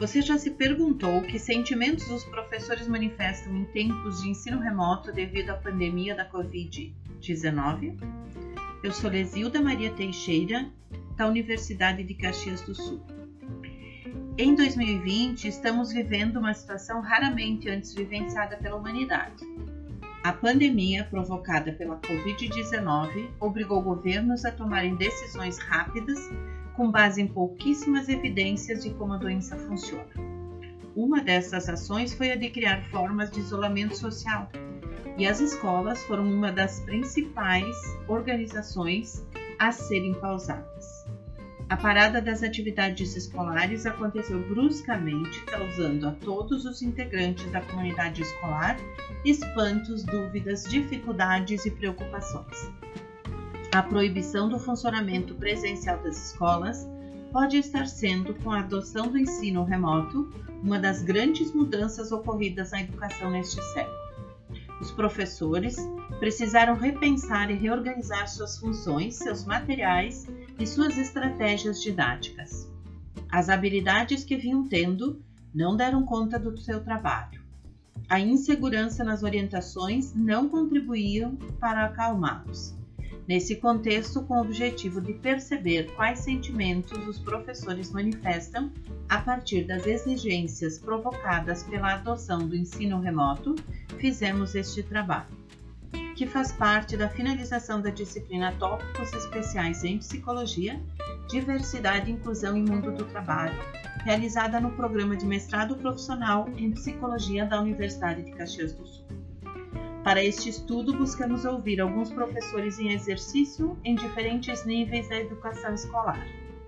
Você já se perguntou que sentimentos os professores manifestam em tempos de ensino remoto devido à pandemia da Covid-19? Eu sou Lesilda Maria Teixeira, da Universidade de Caxias do Sul. Em 2020, estamos vivendo uma situação raramente antes vivenciada pela humanidade. A pandemia provocada pela Covid-19 obrigou governos a tomarem decisões rápidas com base em pouquíssimas evidências de como a doença funciona. Uma dessas ações foi a de criar formas de isolamento social, e as escolas foram uma das principais organizações a serem pausadas. A parada das atividades escolares aconteceu bruscamente, causando a todos os integrantes da comunidade escolar espantos, dúvidas, dificuldades e preocupações. A proibição do funcionamento presencial das escolas pode estar sendo, com a adoção do ensino remoto, uma das grandes mudanças ocorridas na educação neste século. Os professores precisaram repensar e reorganizar suas funções, seus materiais e suas estratégias didáticas. As habilidades que vinham tendo não deram conta do seu trabalho. A insegurança nas orientações não contribuíam para acalmá-los. Nesse contexto, com o objetivo de perceber quais sentimentos os professores manifestam a partir das exigências provocadas pela adoção do ensino remoto, fizemos este trabalho, que faz parte da finalização da disciplina Tópicos Especiais em Psicologia, Diversidade, Inclusão e Mundo do Trabalho, realizada no Programa de Mestrado Profissional em Psicologia da Universidade de Caxias do Sul. Para este estudo, buscamos ouvir alguns professores em exercício em diferentes níveis da educação escolar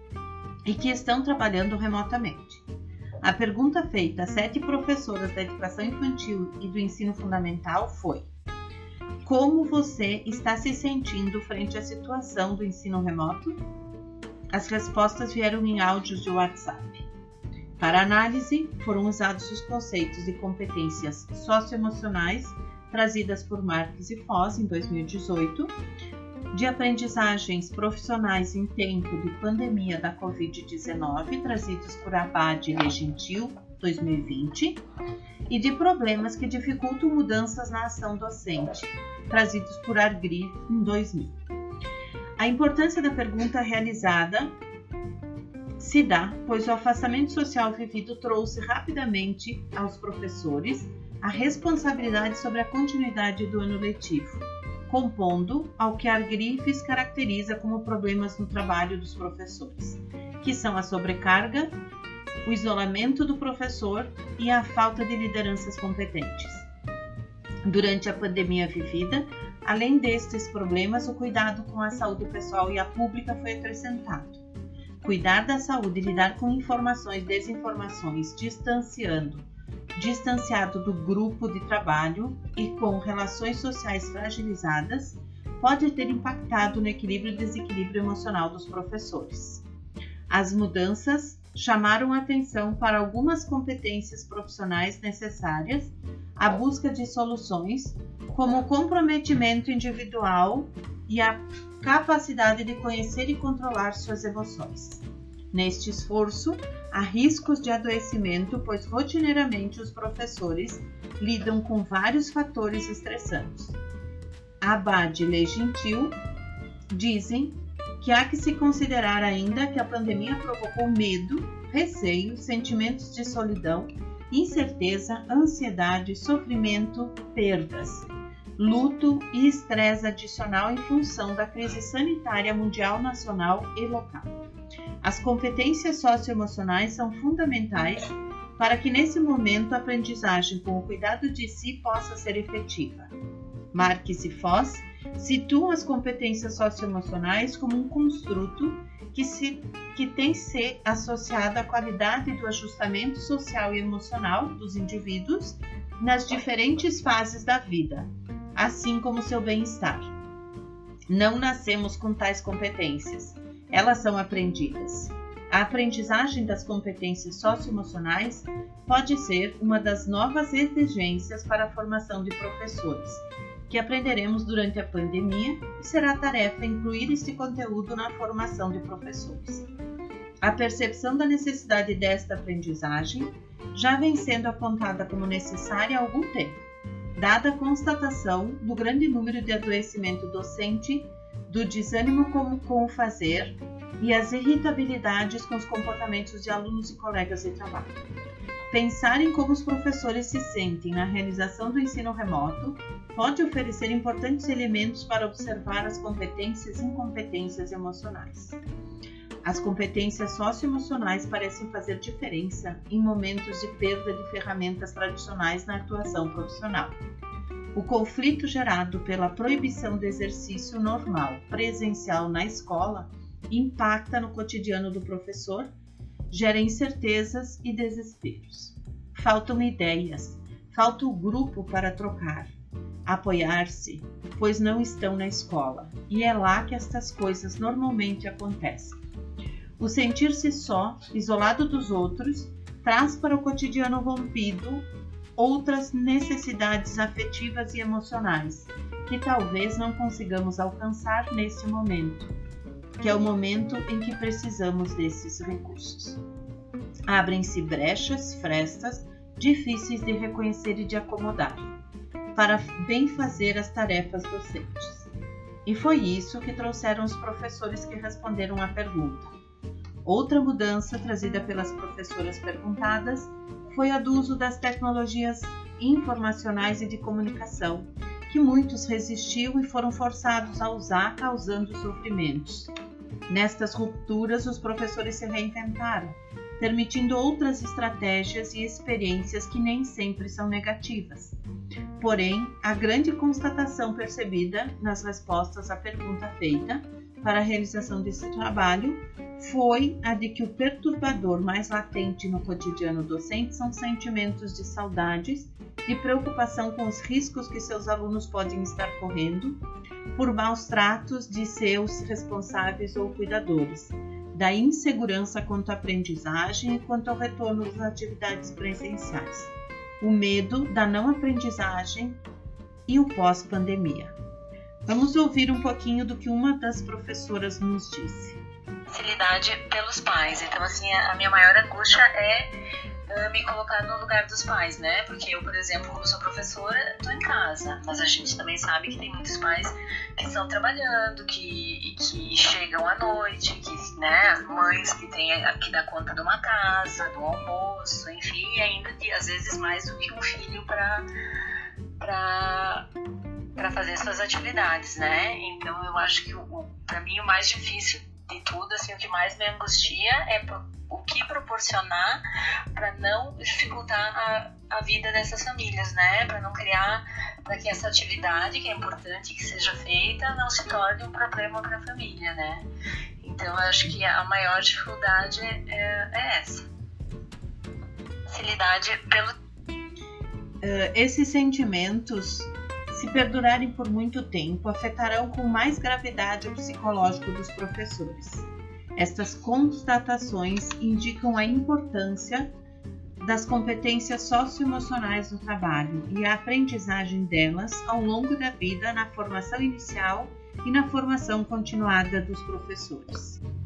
e que estão trabalhando remotamente. A pergunta feita a 7 professoras da educação infantil e do ensino fundamental foi: como você está se sentindo frente à situação do ensino remoto? As respostas vieram em áudios de WhatsApp. Para análise, foram usados os conceitos de competências socioemocionais trazidas por Marques e Foz em 2018, de aprendizagens profissionais em tempo de pandemia da Covid-19, trazidos por Abad e Le Gentil, 2020, e de problemas que dificultam mudanças na ação docente, trazidos por Argri, em 2000. A importância da pergunta realizada se dá, pois o afastamento social vivido trouxe rapidamente aos professores a responsabilidade sobre a continuidade do ano letivo, compondo ao que Argrifes caracteriza como problemas no trabalho dos professores, que são a sobrecarga, o isolamento do professor e a falta de lideranças competentes. Durante a pandemia vivida, além destes problemas, o cuidado com a saúde pessoal e a pública foi acrescentado. Cuidar da saúde e lidar com informações e desinformações, distanciado do grupo de trabalho e com relações sociais fragilizadas, pode ter impactado no equilíbrio e desequilíbrio emocional dos professores. As mudanças chamaram a atenção para algumas competências profissionais necessárias à busca de soluções, como o comprometimento individual e a capacidade de conhecer e controlar suas emoções. Neste esforço, há riscos de adoecimento, pois rotineiramente os professores lidam com vários fatores estressantes. Abad e Le Gentil dizem que há que se considerar ainda que a pandemia provocou medo, receio, sentimentos de solidão, incerteza, ansiedade, sofrimento, perdas, luto e estresse adicional em função da crise sanitária mundial, nacional e local. As competências socioemocionais são fundamentais para que nesse momento a aprendizagem com o cuidado de si possa ser efetiva. Marques e Foz situam as competências socioemocionais como um construto que tem que ser associado à qualidade do ajustamento social e emocional dos indivíduos nas diferentes fases da vida, assim como seu bem-estar. Não nascemos com tais competências. Elas são aprendidas. A aprendizagem das competências socioemocionais pode ser uma das novas exigências para a formação de professores, que aprenderemos durante a pandemia e será tarefa incluir este conteúdo na formação de professores. A percepção da necessidade desta aprendizagem já vem sendo apontada como necessária há algum tempo, dada a constatação do grande número de adoecimento docente, do desânimo com o fazer e as irritabilidades com os comportamentos de alunos e colegas de trabalho. Pensar em como os professores se sentem na realização do ensino remoto pode oferecer importantes elementos para observar as competências e incompetências emocionais. As competências socioemocionais parecem fazer diferença em momentos de perda de ferramentas tradicionais na atuação profissional. O conflito gerado pela proibição do exercício normal presencial na escola impacta no cotidiano do professor, gera incertezas e desesperos. Faltam ideias, falta o grupo para trocar, apoiar-se, pois não estão na escola, e é lá que estas coisas normalmente acontecem. O sentir-se só, isolado dos outros, traz para o cotidiano rompido outras necessidades afetivas e emocionais, que talvez não consigamos alcançar neste momento, que é o momento em que precisamos desses recursos. Abrem-se brechas, frestas, difíceis de reconhecer e de acomodar, para bem fazer as tarefas docentes. E foi isso que trouxeram os professores que responderam à pergunta. Outra mudança trazida pelas professoras perguntadas foi a do uso das tecnologias informacionais e de comunicação, que muitos resistiu e foram forçados a usar, causando sofrimentos. Nestas rupturas, os professores se reinventaram, permitindo outras estratégias e experiências que nem sempre são negativas. Porém, a grande constatação percebida nas respostas à pergunta feita para a realização desse trabalho foi a de que o perturbador mais latente no cotidiano docente são sentimentos de saudades, de preocupação com os riscos que seus alunos podem estar correndo, por maus tratos de seus responsáveis ou cuidadores, da insegurança quanto à aprendizagem e quanto ao retorno das atividades presenciais, o medo da não aprendizagem e o pós-pandemia. Vamos ouvir um pouquinho do que uma das professoras nos disse. Facilidade pelos pais. Então, assim, a minha maior angústia é me colocar no lugar dos pais, né? Porque eu, por exemplo, como sou professora, estou em casa, mas a gente também sabe que tem muitos pais que estão trabalhando, que chegam à noite, que, né, mães que têm que dar conta de uma casa, do almoço, enfim, e ainda às vezes mais do que um filho para fazer suas atividades, né? Então, eu acho que para mim o mais difícil de tudo, assim, o que mais me angustia é o que proporcionar para não dificultar a vida dessas famílias, né? Para não criar, para que essa atividade, que é importante que seja feita, não se torne um problema para a família, né? Então, eu acho que a maior dificuldade é essa. Facilidade pelo... Esses sentimentos, se perdurarem por muito tempo, afetarão com mais gravidade o psicológico dos professores. Estas constatações indicam a importância das competências socioemocionais no trabalho e a aprendizagem delas ao longo da vida na formação inicial e na formação continuada dos professores.